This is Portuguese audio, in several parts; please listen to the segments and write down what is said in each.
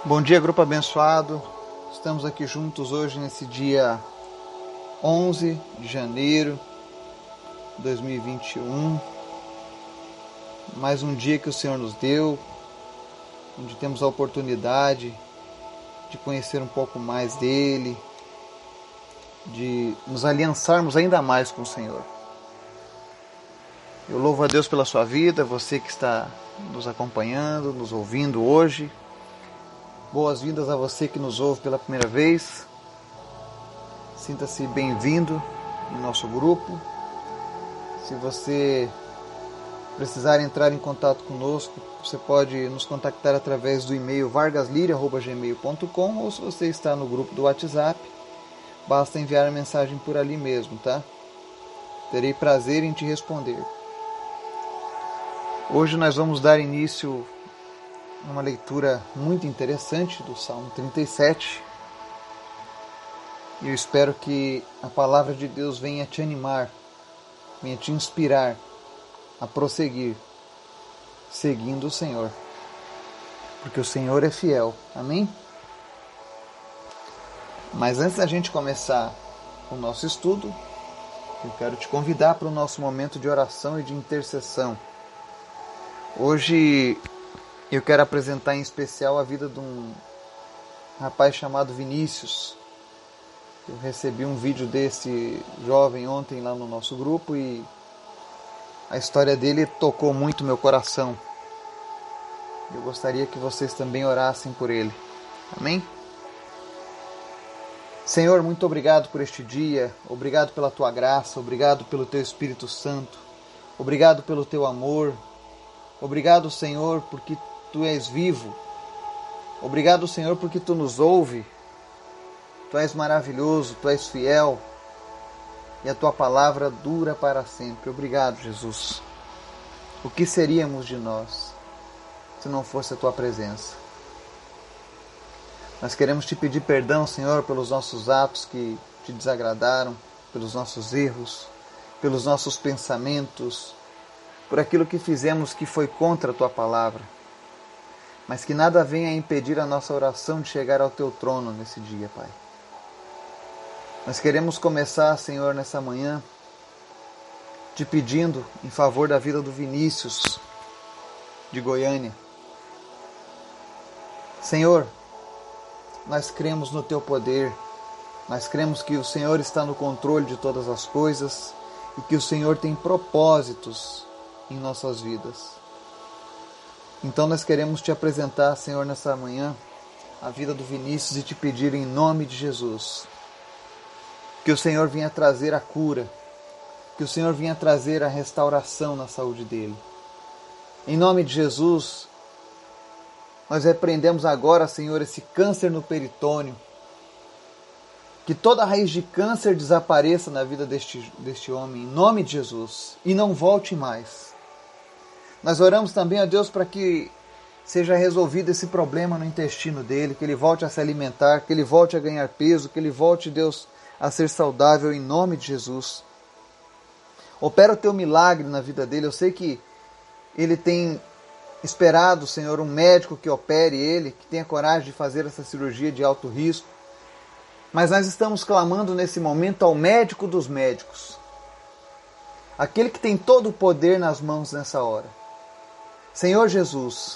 Bom dia, grupo abençoado. Estamos aqui juntos hoje nesse dia 11 de janeiro de 2021. Mais um dia que o Senhor nos deu, onde temos a oportunidade de conhecer um pouco mais dele, de nos aliançarmos ainda mais com o Senhor. Eu louvo a Deus pela sua vida, você que está nos acompanhando, nos ouvindo hoje. Boas-vindas a você que nos ouve pela primeira vez. Sinta-se bem-vindo no nosso grupo. Se você precisar entrar em contato conosco, você pode nos contactar através do e-mail vargaslire@gmail.com, ou se você está no grupo do WhatsApp, basta enviar a mensagem por ali mesmo, tá? Terei prazer em te responder. Hoje nós vamos dar início uma leitura muito interessante do Salmo 37. E eu espero que a palavra de Deus venha te animar, venha te inspirar a prosseguir, seguindo o Senhor. Porque o Senhor é fiel. Amém? Mas antes da gente começar o nosso estudo, eu quero te convidar para o nosso momento de oração e de intercessão. Hoje eu quero apresentar em especial a vida de um rapaz chamado Vinícius. Eu recebi um vídeo desse jovem ontem lá no nosso grupo e a história dele tocou muito meu coração. Eu gostaria que vocês também orassem por ele. Amém? Senhor, muito obrigado por este dia. Obrigado pela tua graça. Obrigado pelo teu Espírito Santo. Obrigado pelo teu amor. Obrigado, Senhor, porque Tu és vivo. Obrigado, Senhor, porque Tu nos ouve. Tu és maravilhoso, Tu és fiel. E a Tua palavra dura para sempre. Obrigado, Jesus. O que seríamos de nós se não fosse a Tua presença? Nós queremos Te pedir perdão, Senhor, pelos nossos atos que Te desagradaram, pelos nossos erros, pelos nossos pensamentos, por aquilo que fizemos que foi contra a Tua palavra. Mas que nada venha a impedir a nossa oração de chegar ao Teu trono nesse dia, Pai. Nós queremos começar, Senhor, nessa manhã, Te pedindo em favor da vida do Vinícius, de Goiânia. Senhor, nós cremos no Teu poder, nós cremos que o Senhor está no controle de todas as coisas e que o Senhor tem propósitos em nossas vidas. Então nós queremos Te apresentar, Senhor, nessa manhã, a vida do Vinícius e Te pedir em nome de Jesus, que o Senhor venha trazer a cura, que o Senhor venha trazer a restauração na saúde dele. Em nome de Jesus, nós repreendemos agora, Senhor, esse câncer no peritônio, que toda raiz de câncer desapareça na vida deste homem, em nome de Jesus, e não volte mais. Nós oramos também a Deus para que seja resolvido esse problema no intestino dele, que ele volte a se alimentar, que ele volte a ganhar peso, que ele volte, Deus, a ser saudável em nome de Jesus. Opera o Teu milagre na vida dele. Eu sei que ele tem esperado, Senhor, um médico que opere ele, que tenha coragem de fazer essa cirurgia de alto risco. Mas nós estamos clamando nesse momento ao médico dos médicos, aquele que tem todo o poder nas mãos nessa hora. Senhor Jesus,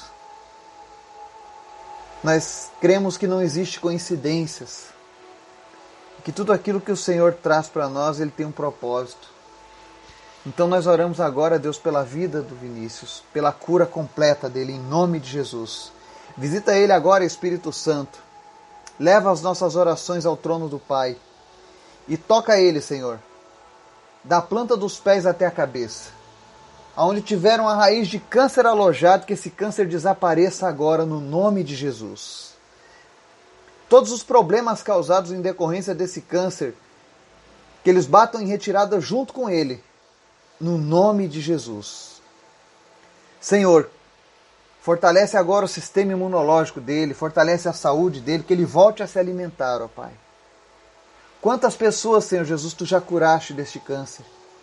nós cremos que não existe coincidências, que tudo aquilo que o Senhor traz para nós, Ele tem um propósito. Então nós oramos agora, Deus, pela vida do Vinícius, pela cura completa dele, em nome de Jesus. Visita ele agora, Espírito Santo. Leva as nossas orações ao trono do Pai e toca ele, Senhor, da planta dos pés até a cabeça. Aonde tiver uma raiz de câncer alojado, que esse câncer desapareça agora no nome de Jesus. Todos os problemas causados em decorrência desse câncer, que eles batam em retirada junto com ele, no nome de Jesus. Senhor, fortalece agora o sistema imunológico dele, fortalece a saúde dele, que ele volte a se alimentar, ó Pai. Quantas pessoas, Senhor Jesus, Tu já curaste deste câncer?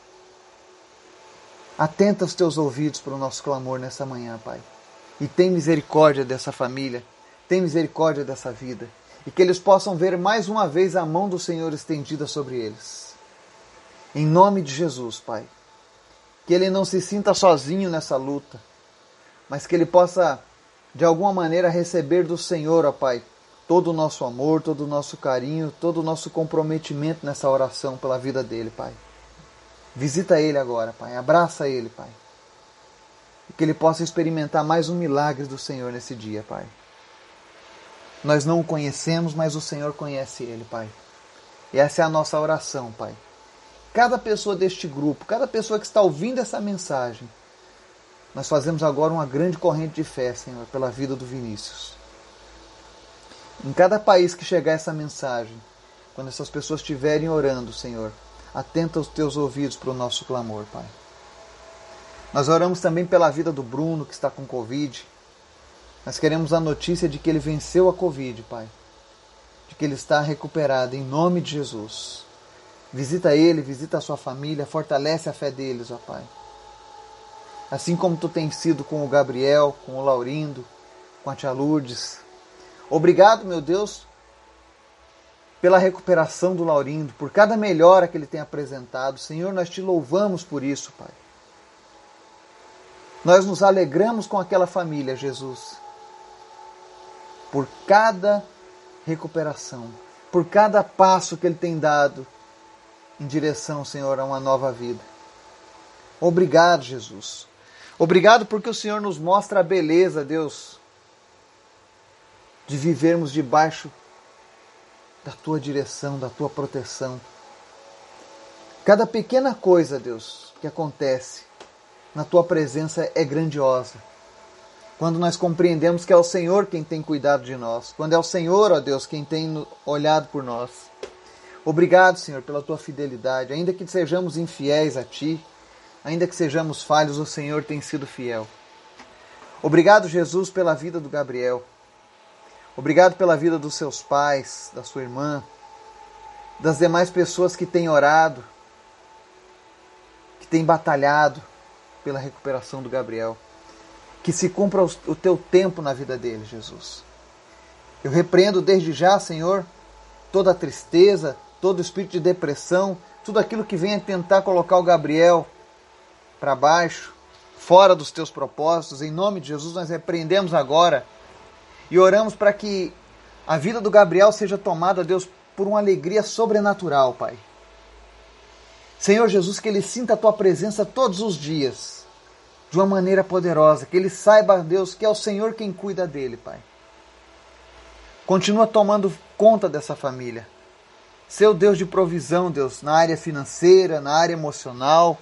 Atenta os Teus ouvidos para o nosso clamor nessa manhã, Pai. E tem misericórdia dessa família. tem misericórdia dessa vida e que eles possam ver mais uma vez a mão do Senhor estendida sobre eles. Em nome de Jesus, Pai. Que ele não se sinta sozinho nessa luta, mas que ele possa, de alguma maneira, receber do Senhor, ó Pai, todo o nosso amor, todo o nosso carinho, todo o nosso comprometimento nessa oração pela vida dele, Pai. Visita ele agora, Pai. Abraça ele, Pai. E que ele possa experimentar mais um milagre do Senhor nesse dia, Pai. Nós não o conhecemos, mas o Senhor conhece ele, Pai. E essa é a nossa oração, Pai. Cada pessoa deste grupo, cada pessoa que está ouvindo essa mensagem, nós fazemos agora uma grande corrente de fé, Senhor, pela vida do Vinícius. Em cada país que chegar essa mensagem, quando essas pessoas estiverem orando, Senhor, atenta os teus ouvidos para o nosso clamor, Pai. Nós oramos também pela vida do Bruno, que está com Covid. Nós queremos a notícia de que ele venceu a Covid, Pai. De que ele está recuperado, em nome de Jesus. Visita ele, visita a sua família, fortalece a fé deles, ó Pai. Assim como tu tens sido com o Gabriel, com o Laurindo, com a tia Lourdes. Obrigado, meu Deus, pela recuperação do Laurindo, por cada melhora que ele tem apresentado. Senhor, nós te louvamos por isso, Pai. Nós nos alegramos com aquela família, Jesus, por cada recuperação, por cada passo que ele tem dado em direção, Senhor, a uma nova vida. Obrigado, Jesus. Obrigado porque o Senhor nos mostra a beleza, Deus, de vivermos debaixo da Tua direção, da Tua proteção. Cada pequena coisa, Deus, que acontece na Tua presença é grandiosa. Quando nós compreendemos que é o Senhor quem tem cuidado de nós, quando é o Senhor, ó Deus, quem tem olhado por nós. Obrigado, Senhor, pela Tua fidelidade. Ainda que sejamos infiéis a Ti, ainda que sejamos falhos, o Senhor tem sido fiel. Obrigado, Jesus, pela vida do Gabriel. Obrigado pela vida dos seus pais, da sua irmã, das demais pessoas que têm orado, que têm batalhado pela recuperação do Gabriel. Que se cumpra o Teu tempo na vida dele, Jesus. Eu repreendo desde já, Senhor, toda a tristeza, todo o espírito de depressão, tudo aquilo que venha tentar colocar o Gabriel para baixo, fora dos Teus propósitos. Em nome de Jesus, nós repreendemos agora e oramos para que a vida do Gabriel seja tomada, Deus, por uma alegria sobrenatural, Pai. Senhor Jesus, que ele sinta a Tua presença todos os dias, de uma maneira poderosa, que ele saiba, Deus, que é o Senhor quem cuida dele, Pai. Continua tomando conta dessa família. Seu Deus de provisão, Deus, na área financeira, na área emocional,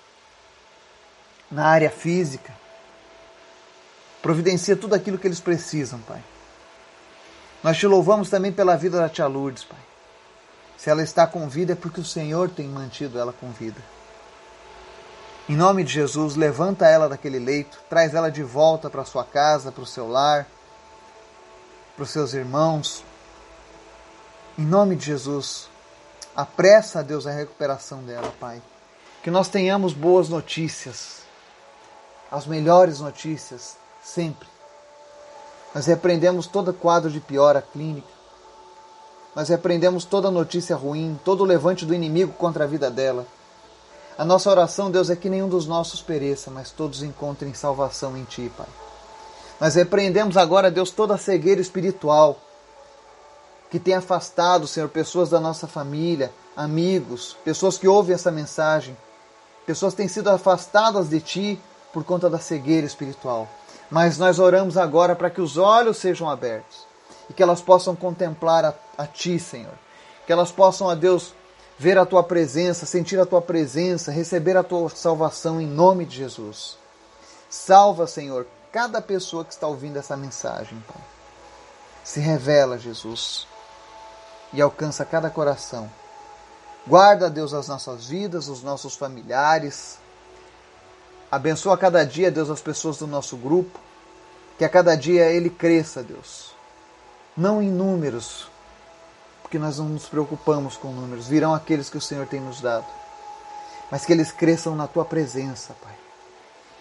na área física. Providencia tudo aquilo que eles precisam, Pai. Nós te louvamos também pela vida da tia Lourdes, Pai. Se ela está com vida é porque o Senhor tem mantido ela com vida. Em nome de Jesus, levanta ela daquele leito, traz ela de volta para sua casa, para o seu lar, para os seus irmãos. Em nome de Jesus, apressa, Deus, a recuperação dela, Pai. Que nós tenhamos boas notícias, as melhores notícias, sempre. Nós repreendemos todo quadro de piora clínica. Nós repreendemos toda notícia ruim, todo levante do inimigo contra a vida dela. A nossa oração, Deus, é que nenhum dos nossos pereça, mas todos encontrem salvação em Ti, Pai. Nós repreendemos agora, Deus, toda a cegueira espiritual que tem afastado, Senhor, pessoas da nossa família, amigos, pessoas que ouvem essa mensagem. Pessoas que têm sido afastadas de Ti por conta da cegueira espiritual. Mas nós oramos agora para que os olhos sejam abertos e que elas possam contemplar a Ti, Senhor. Que elas possam, ó Deus, ver a Tua presença, sentir a Tua presença, receber a Tua salvação em nome de Jesus. Salva, Senhor, cada pessoa que está ouvindo essa mensagem, Pai. Se revela, Jesus, e alcança cada coração. Guarda, Deus, as nossas vidas, os nossos familiares. Abençoa cada dia, Deus, as pessoas do nosso grupo. Que a cada dia ele cresça, Deus. Não em números, porque nós não nos preocupamos com números. Virão aqueles que o Senhor tem nos dado. Mas que eles cresçam na Tua presença, Pai.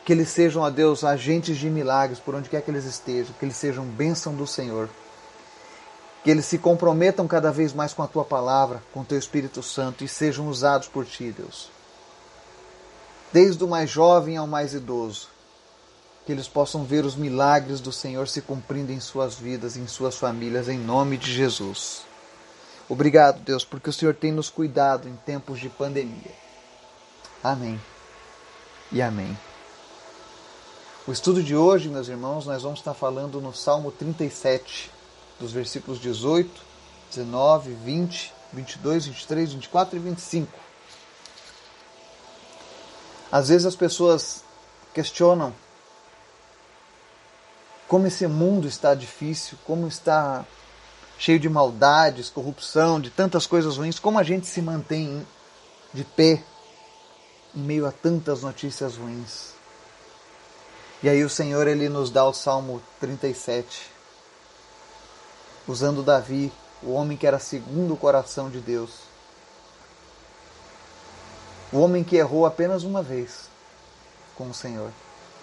Que eles sejam, ó Deus, agentes de milagres por onde quer que eles estejam. Que eles sejam bênção do Senhor. Que eles se comprometam cada vez mais com a Tua palavra, com o Teu Espírito Santo e sejam usados por Ti, Deus. Desde o mais jovem ao mais idoso. Que eles possam ver os milagres do Senhor se cumprindo em suas vidas, em suas famílias, em nome de Jesus. Obrigado, Deus, porque o Senhor tem nos cuidado em tempos de pandemia. Amém e amém. O estudo de hoje, meus irmãos, nós vamos estar falando no Salmo 37, dos versículos 18, 19, 20, 22, 23, 24 e 25. Às vezes as pessoas questionam como esse mundo está difícil, como está cheio de maldades, corrupção, de tantas coisas ruins, como a gente se mantém de pé em meio a tantas notícias ruins. E aí o Senhor, Ele nos dá o Salmo 37, usando Davi, o homem que era segundo o coração de Deus. O homem que errou apenas uma vez com o Senhor.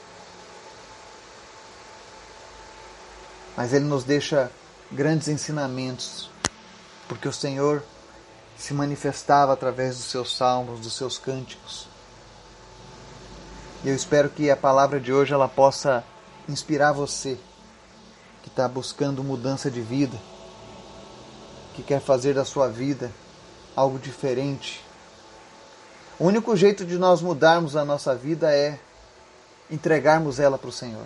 Mas ele nos deixa grandes ensinamentos, porque o Senhor se manifestava através dos seus salmos, dos seus cânticos. E eu espero que a palavra de hoje ela possa inspirar você, que está buscando mudança de vida, que quer fazer da sua vida algo diferente. O único jeito de nós mudarmos a nossa vida é entregarmos ela para o Senhor.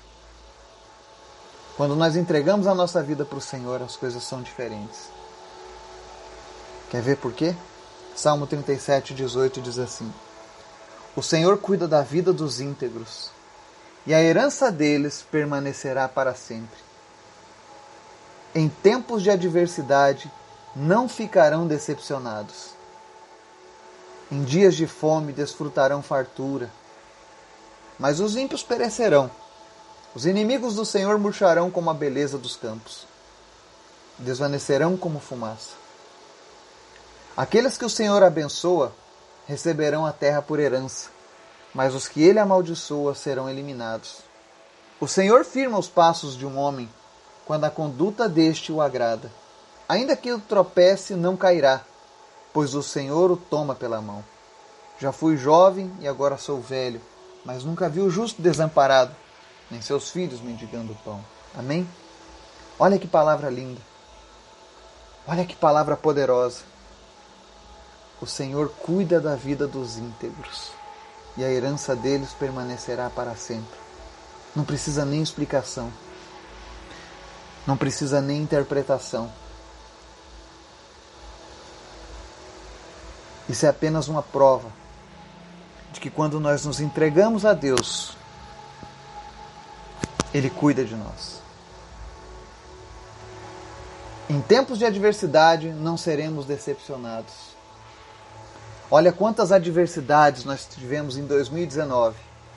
Quando nós entregamos a nossa vida para o Senhor, as coisas são diferentes. Quer ver por quê? Salmo 37, 18 diz assim: O Senhor cuida da vida dos íntegros, e a herança deles permanecerá para sempre. Em tempos de adversidade, não ficarão decepcionados. Em dias de fome, desfrutarão fartura. Mas os ímpios perecerão. Os inimigos do Senhor murcharão como a beleza dos campos. Desvanecerão como fumaça. Aqueles que o Senhor abençoa receberão a terra por herança, mas os que ele amaldiçoa serão eliminados. O Senhor firma os passos de um homem quando a conduta deste o agrada. Ainda que ele tropece, não cairá, pois o Senhor o toma pela mão. Já fui jovem e agora sou velho, mas nunca vi o justo desamparado, nem seus filhos mendigando pão. Amém? Olha que palavra linda. Olha que palavra poderosa. O Senhor cuida da vida dos íntegros, e a herança deles permanecerá para sempre. Não precisa nem explicação. Não precisa nem interpretação. Isso é apenas uma prova de que quando nós nos entregamos a Deus, Ele cuida de nós. Em tempos de adversidade, não seremos decepcionados. Olha quantas adversidades nós tivemos em 2019.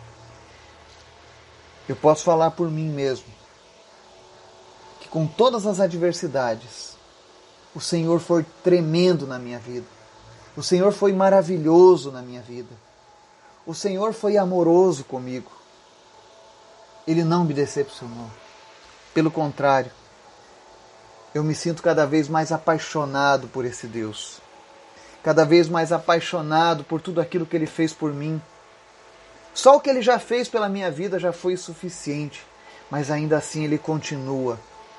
Eu posso falar por mim mesmo, que com todas as adversidades, o Senhor foi tremendo na minha vida. O Senhor foi maravilhoso na minha vida. O Senhor foi amoroso comigo. Ele não me decepcionou. Pelo contrário, eu me sinto cada vez mais apaixonado por esse Deus. Cada vez mais apaixonado por tudo aquilo que Ele fez por mim. Só o que Ele já fez pela minha vida já foi suficiente, mas ainda assim Ele continua.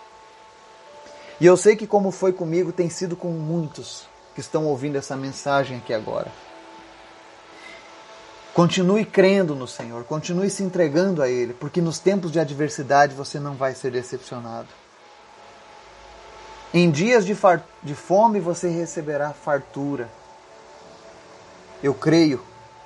E eu sei que como foi comigo, tem sido com muitos que estão ouvindo essa mensagem aqui agora. Continue crendo no Senhor, continue se entregando a Ele, porque nos tempos de adversidade você não vai ser decepcionado. Em dias de fome você receberá fartura. Eu creio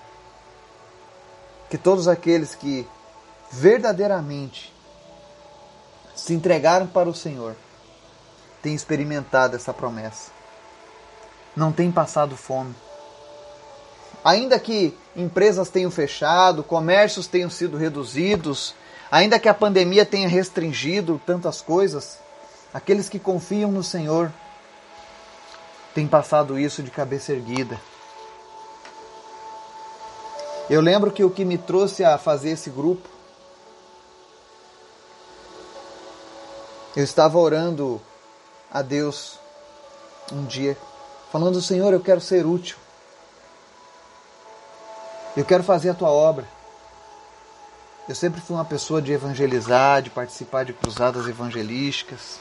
que todos aqueles que verdadeiramente se entregaram para o Senhor têm experimentado essa promessa. Não têm passado fome. Ainda que empresas tenham fechado, comércios tenham sido reduzidos, ainda que a pandemia tenha restringido tantas coisas, aqueles que confiam no Senhor têm passado isso de cabeça erguida. Eu lembro que o que me trouxe a fazer esse grupo, eu estava orando a Deus um dia, falando: Senhor, eu quero ser útil. Eu quero fazer a tua obra. Eu sempre fui uma pessoa de evangelizar, de participar de cruzadas evangelísticas.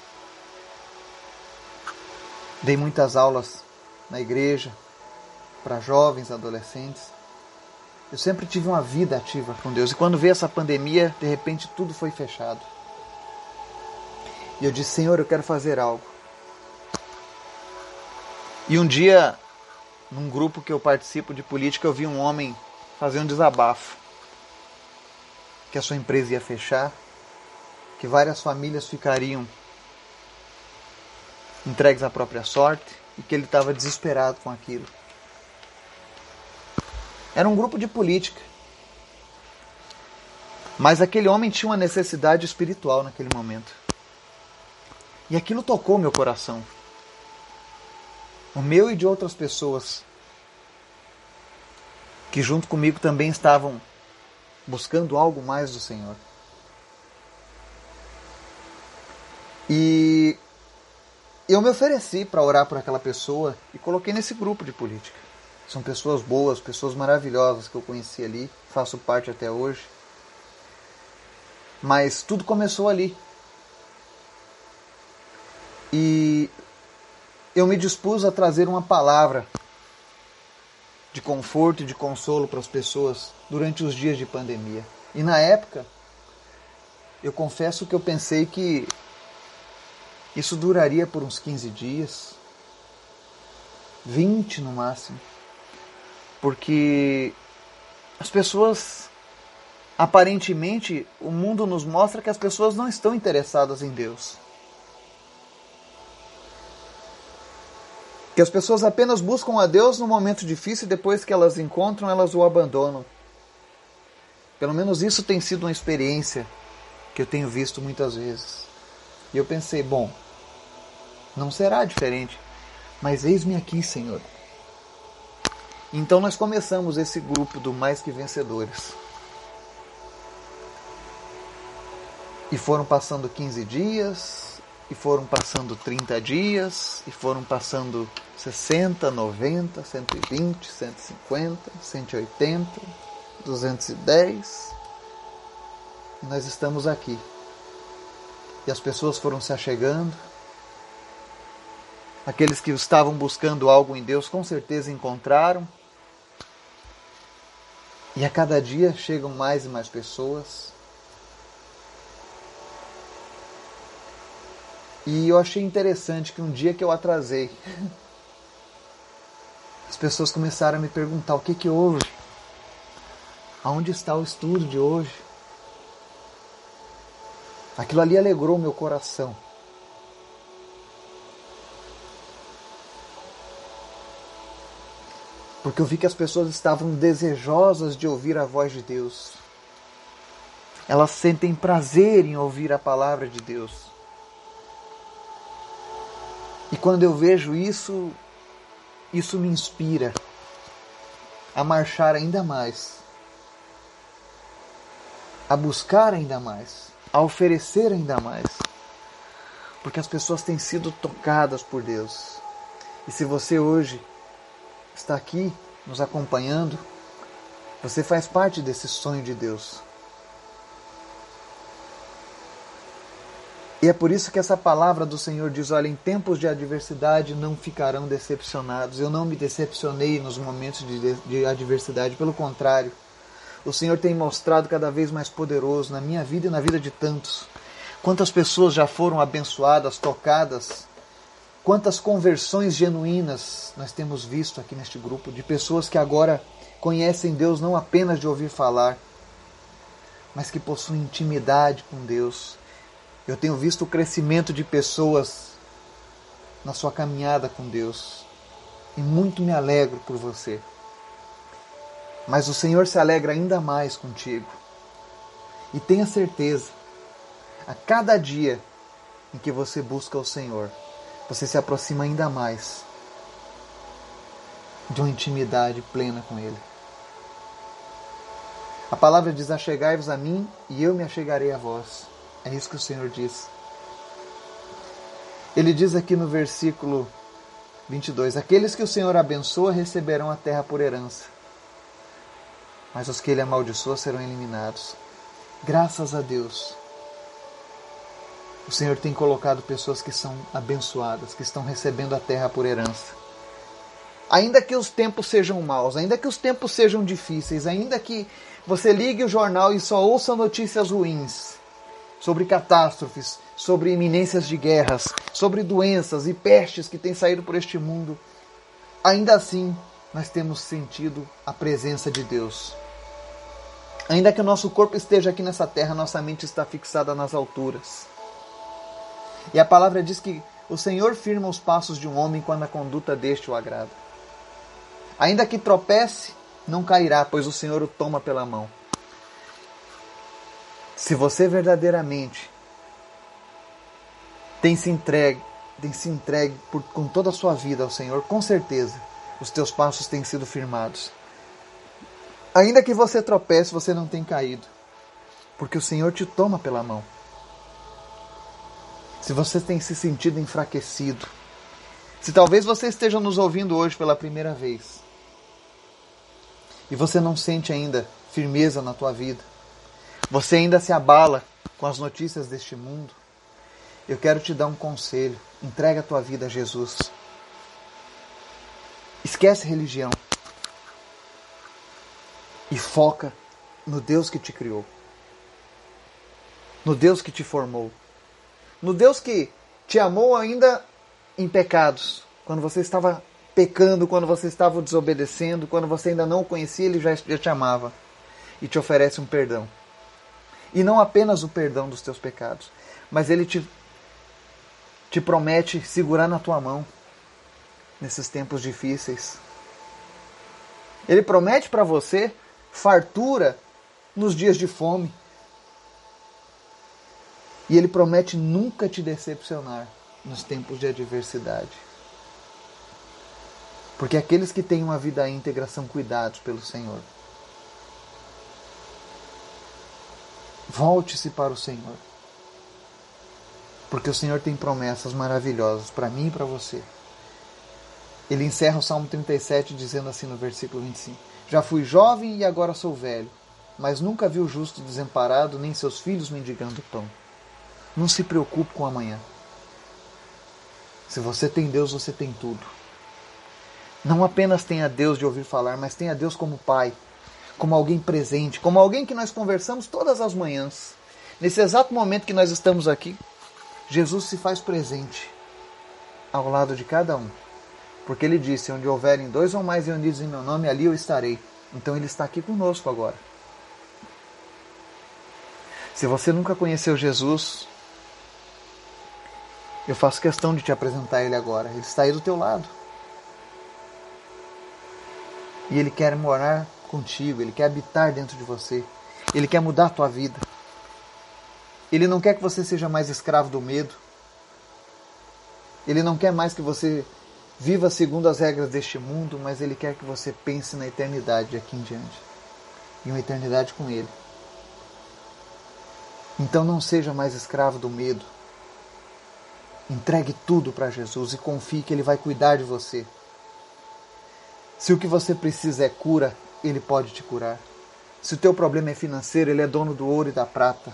Dei muitas aulas na igreja para jovens, adolescentes. Eu sempre tive uma vida ativa com Deus. E quando veio essa pandemia, de repente tudo foi fechado. E eu disse: Senhor, eu quero fazer algo. E um dia, num grupo que eu participo de política, eu vi um homem fazer um desabafo. Que a sua empresa ia fechar, que várias famílias ficariam entregues à própria sorte e que ele estava desesperado com aquilo. Era um grupo de política. Mas aquele homem tinha uma necessidade espiritual naquele momento. E aquilo tocou meu coração. O meu e de outras pessoas que junto comigo também estavam buscando algo mais do Senhor. E eu me ofereci para orar por aquela pessoa e coloquei nesse grupo de política. São pessoas boas, pessoas maravilhosas que eu conheci ali, faço parte até hoje. Mas tudo começou ali. E eu me dispus a trazer uma palavra de conforto e de consolo para as pessoas durante os dias de pandemia. E na época, eu confesso que eu pensei que isso duraria por uns 15 dias, 20 no máximo, porque as pessoas, aparentemente, o mundo nos mostra que as pessoas não estão interessadas em Deus. Que as pessoas apenas buscam a Deus no momento difícil e depois que elas encontram, elas o abandonam. Pelo menos isso tem sido uma experiência que eu tenho visto muitas vezes. E eu pensei, bom, não será diferente, mas eis-me aqui, Senhor. Então nós começamos esse grupo do Mais Que Vencedores. E foram passando 15 dias... E foram passando 30 dias, e foram passando 60, 90, 120, 150, 180, 210. E nós estamos aqui. E as pessoas foram se achegando. Aqueles que estavam buscando algo em Deus, com certeza encontraram. E a cada dia chegam mais e mais pessoas. E eu achei interessante que um dia que eu atrasei, as pessoas começaram a me perguntar: o que houve? Aonde está o estudo de hoje? Aquilo ali alegrou meu coração. Porque eu vi que as pessoas estavam desejosas de ouvir a voz de Deus. Elas sentem prazer em ouvir a palavra de Deus. E quando eu vejo isso, isso me inspira a marchar ainda mais, a buscar ainda mais, a oferecer ainda mais, porque as pessoas têm sido tocadas por Deus. E se você hoje está aqui nos acompanhando, você faz parte desse sonho de Deus. E é por isso que essa palavra do Senhor diz: olha, em tempos de adversidade não ficarão decepcionados. Eu não me decepcionei nos momentos de adversidade, pelo contrário. O Senhor tem mostrado cada vez mais poderoso na minha vida e na vida de tantos. Quantas pessoas já foram abençoadas, tocadas, quantas conversões genuínas nós temos visto aqui neste grupo, de pessoas que agora conhecem Deus não apenas de ouvir falar, mas que possuem intimidade com Deus. Eu tenho visto o crescimento de pessoas na sua caminhada com Deus. E muito me alegro por você. Mas o Senhor se alegra ainda mais contigo. E tenha certeza, a cada dia em que você busca o Senhor, você se aproxima ainda mais de uma intimidade plena com Ele. A palavra diz: achegai-vos a mim e eu me achegarei a vós. É isso que o Senhor diz. Ele diz aqui no versículo 22, aqueles que o Senhor abençoa receberão a terra por herança, mas os que Ele amaldiçoa serão eliminados. Graças a Deus, o Senhor tem colocado pessoas que são abençoadas, que estão recebendo a terra por herança. Ainda que os tempos sejam maus, ainda que os tempos sejam difíceis, ainda que você ligue o jornal e só ouça notícias ruins sobre catástrofes, sobre iminências de guerras, sobre doenças e pestes que têm saído por este mundo, ainda assim nós temos sentido a presença de Deus. Ainda que o nosso corpo esteja aqui nessa terra, nossa mente está fixada nas alturas. E a palavra diz que o Senhor firma os passos de um homem quando a conduta deste o agrada. Ainda que tropece, não cairá, pois o Senhor o toma pela mão. Se você verdadeiramente tem se entregue com toda a sua vida ao Senhor, com certeza os teus passos têm sido firmados. Ainda que você tropece, você não tem caído, porque o Senhor te toma pela mão. Se você tem se sentido enfraquecido, se talvez você esteja nos ouvindo hoje pela primeira vez, e você não sente ainda firmeza na tua vida, você ainda se abala com as notícias deste mundo, eu quero te dar um conselho. Entrega a tua vida a Jesus. Esquece religião. E foca no Deus que te criou. No Deus que te formou. No Deus que te amou ainda em pecados. Quando você estava pecando, quando você estava desobedecendo, quando você ainda não o conhecia, Ele já te amava. E te oferece um perdão. E não apenas o perdão dos teus pecados, mas Ele te promete segurar na tua mão nesses tempos difíceis. Ele promete para você fartura nos dias de fome. E Ele promete nunca te decepcionar nos tempos de adversidade. Porque aqueles que têm uma vida íntegra são cuidados pelo Senhor. Volte-se para o Senhor. Porque o Senhor tem promessas maravilhosas para mim e para você. Ele encerra o Salmo 37 dizendo assim no versículo 25. Já fui jovem e agora sou velho, mas nunca vi o justo desamparado, nem seus filhos mendigando pão. Não se preocupe com amanhã. Se você tem Deus, você tem tudo. Não apenas tenha Deus de ouvir falar, mas tenha Deus como Pai, como alguém presente, como alguém que nós conversamos todas as manhãs. Nesse exato momento que nós estamos aqui, Jesus se faz presente ao lado de cada um. Porque Ele disse, onde houverem 2 ou mais reunidos em meu nome, ali eu estarei. Então Ele está aqui conosco agora. Se você nunca conheceu Jesus, eu faço questão de te apresentar Ele agora. Ele está aí do teu lado. E Ele quer morar contigo, Ele quer habitar dentro de você. Ele quer mudar a tua vida. Ele não quer que você seja mais escravo do medo. Ele não quer mais que você viva segundo as regras deste mundo, mas Ele quer que você pense na eternidade de aqui em diante. E uma eternidade com Ele. Então não seja mais escravo do medo. Entregue tudo para Jesus e confie que Ele vai cuidar de você. Se o que você precisa é cura, Ele pode te curar. Se o teu problema é financeiro, Ele é dono do ouro e da prata.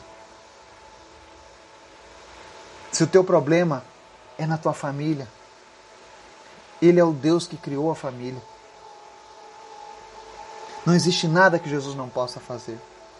Se o teu problema é na tua família, Ele é o Deus que criou a família. Não existe nada que Jesus não possa fazer.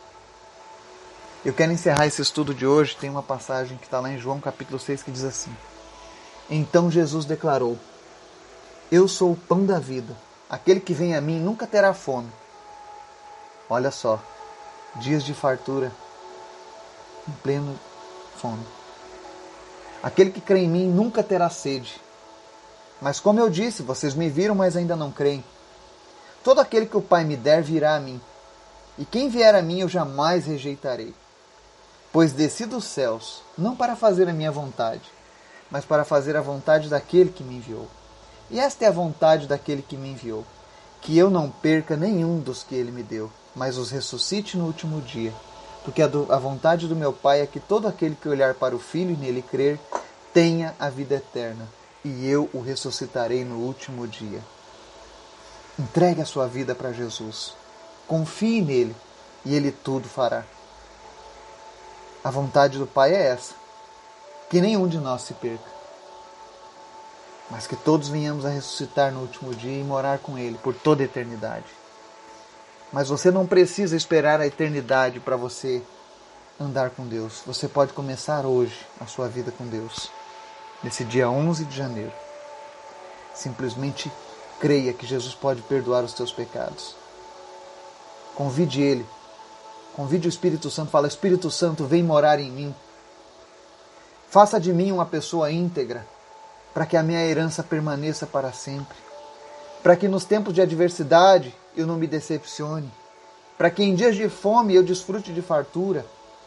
Eu quero encerrar esse estudo de hoje. Tem uma passagem que está lá em João capítulo 6 que diz assim. Então Jesus declarou, eu sou o pão da vida. Aquele que vem a mim nunca terá fome. Olha só, dias de fartura, em pleno fome. Aquele que crê em mim nunca terá sede. Mas como eu disse, vocês me viram, mas ainda não creem. Todo aquele que o Pai me der virá a mim. E quem vier a mim eu jamais rejeitarei. Pois desci dos céus, não para fazer a minha vontade, mas para fazer a vontade daquele que me enviou. E esta é a vontade daquele que me enviou, que eu não perca nenhum dos que ele me deu, mas os ressuscite no último dia. Porque a vontade do meu Pai é que todo aquele que olhar para o Filho e nele crer, tenha a vida eterna, e eu o ressuscitarei no último dia. Entregue a sua vida para Jesus. Confie nele, e ele tudo fará. A vontade do Pai é essa, que nenhum de nós se perca, mas que todos venhamos a ressuscitar no último dia e morar com ele por toda a eternidade. Mas você não precisa esperar a eternidade para você andar com Deus. Você pode começar hoje a sua vida com Deus, nesse dia 11 de janeiro. Simplesmente creia que Jesus pode perdoar os teus pecados. Convide Ele. Convide o Espírito Santo. Fala: Espírito Santo, vem morar em mim. Faça de mim uma pessoa íntegra, para que a minha herança permaneça para sempre. Para que nos tempos de adversidade eu não me decepcione. Para que em dias de fome eu desfrute de fartura.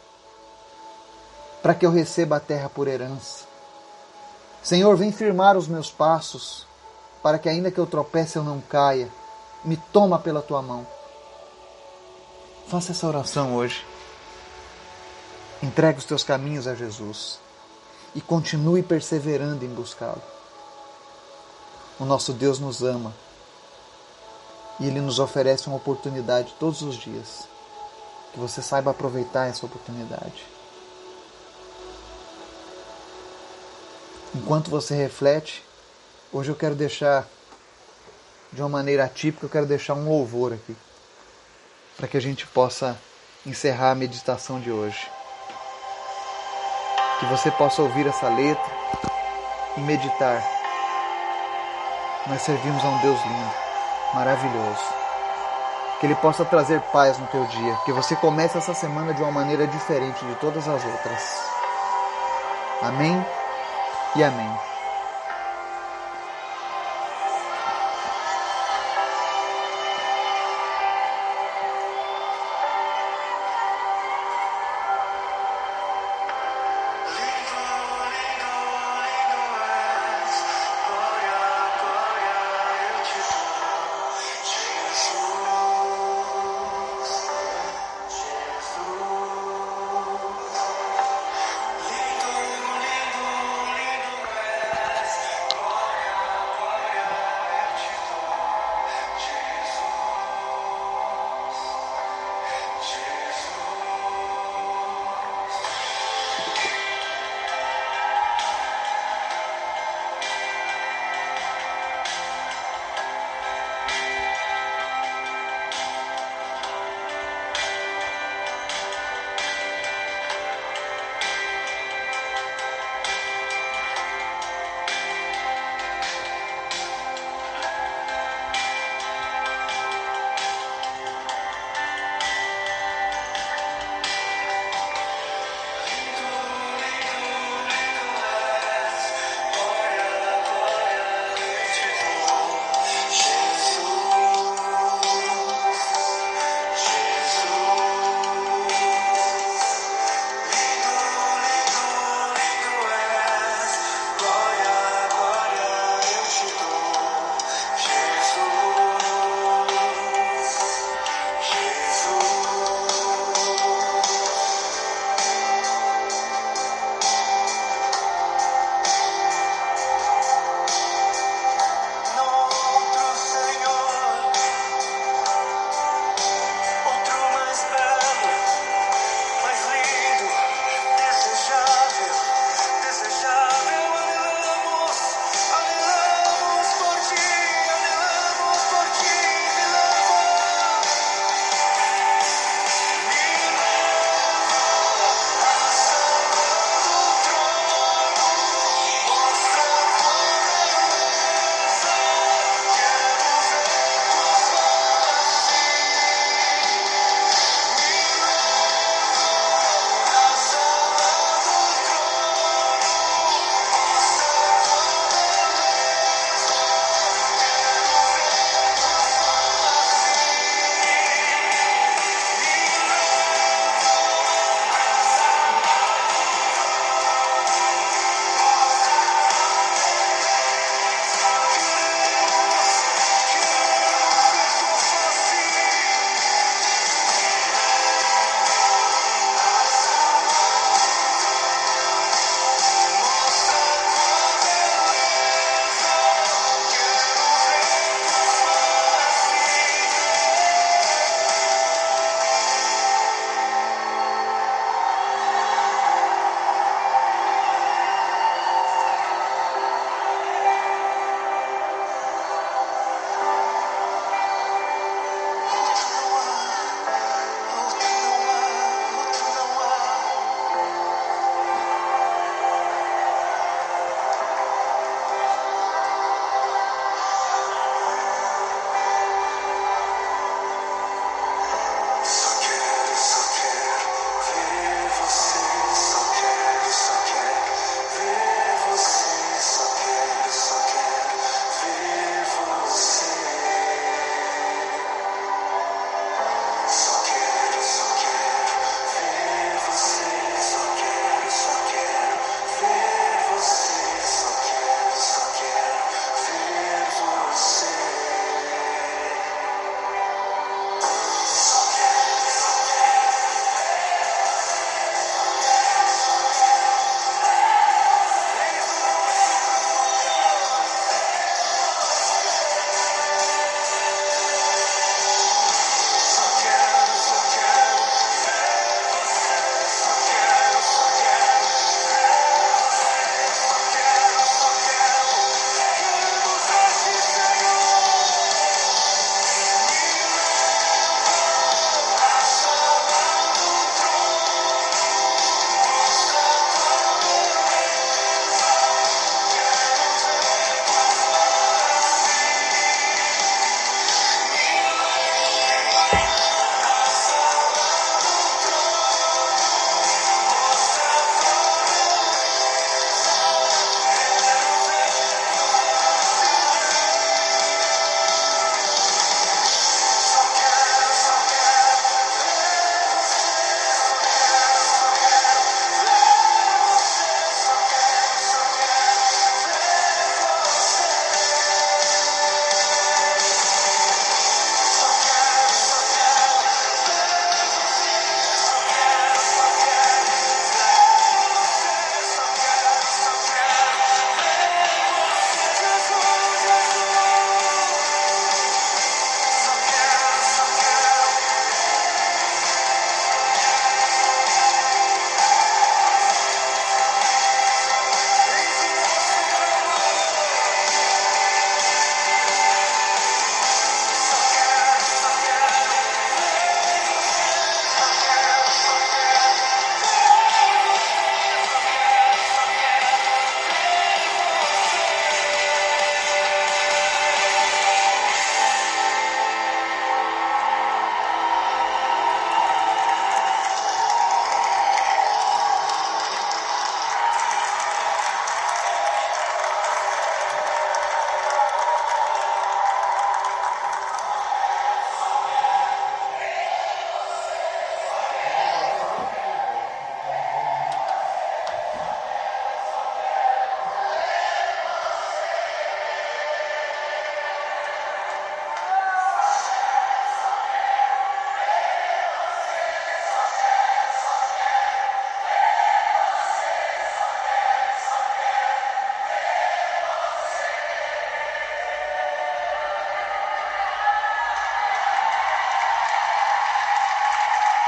Para que eu receba a terra por herança. Senhor, vem firmar os meus passos, para que ainda que eu tropece eu não caia. Me toma pela tua mão. Faça essa oração hoje. Entregue os teus caminhos a Jesus e continue perseverando em buscá-lo. O nosso Deus nos ama e Ele nos oferece uma oportunidade todos os dias. Que você saiba aproveitar essa oportunidade. Enquanto você reflete, hoje eu quero deixar, de uma maneira atípica, eu quero deixar um louvor aqui, para que a gente possa encerrar a meditação de hoje. Que você possa ouvir essa letra e meditar. Nós servimos a um Deus lindo, maravilhoso. Que Ele possa trazer paz no teu dia. Que você comece essa semana de uma maneira diferente de todas as outras. Amém e amém.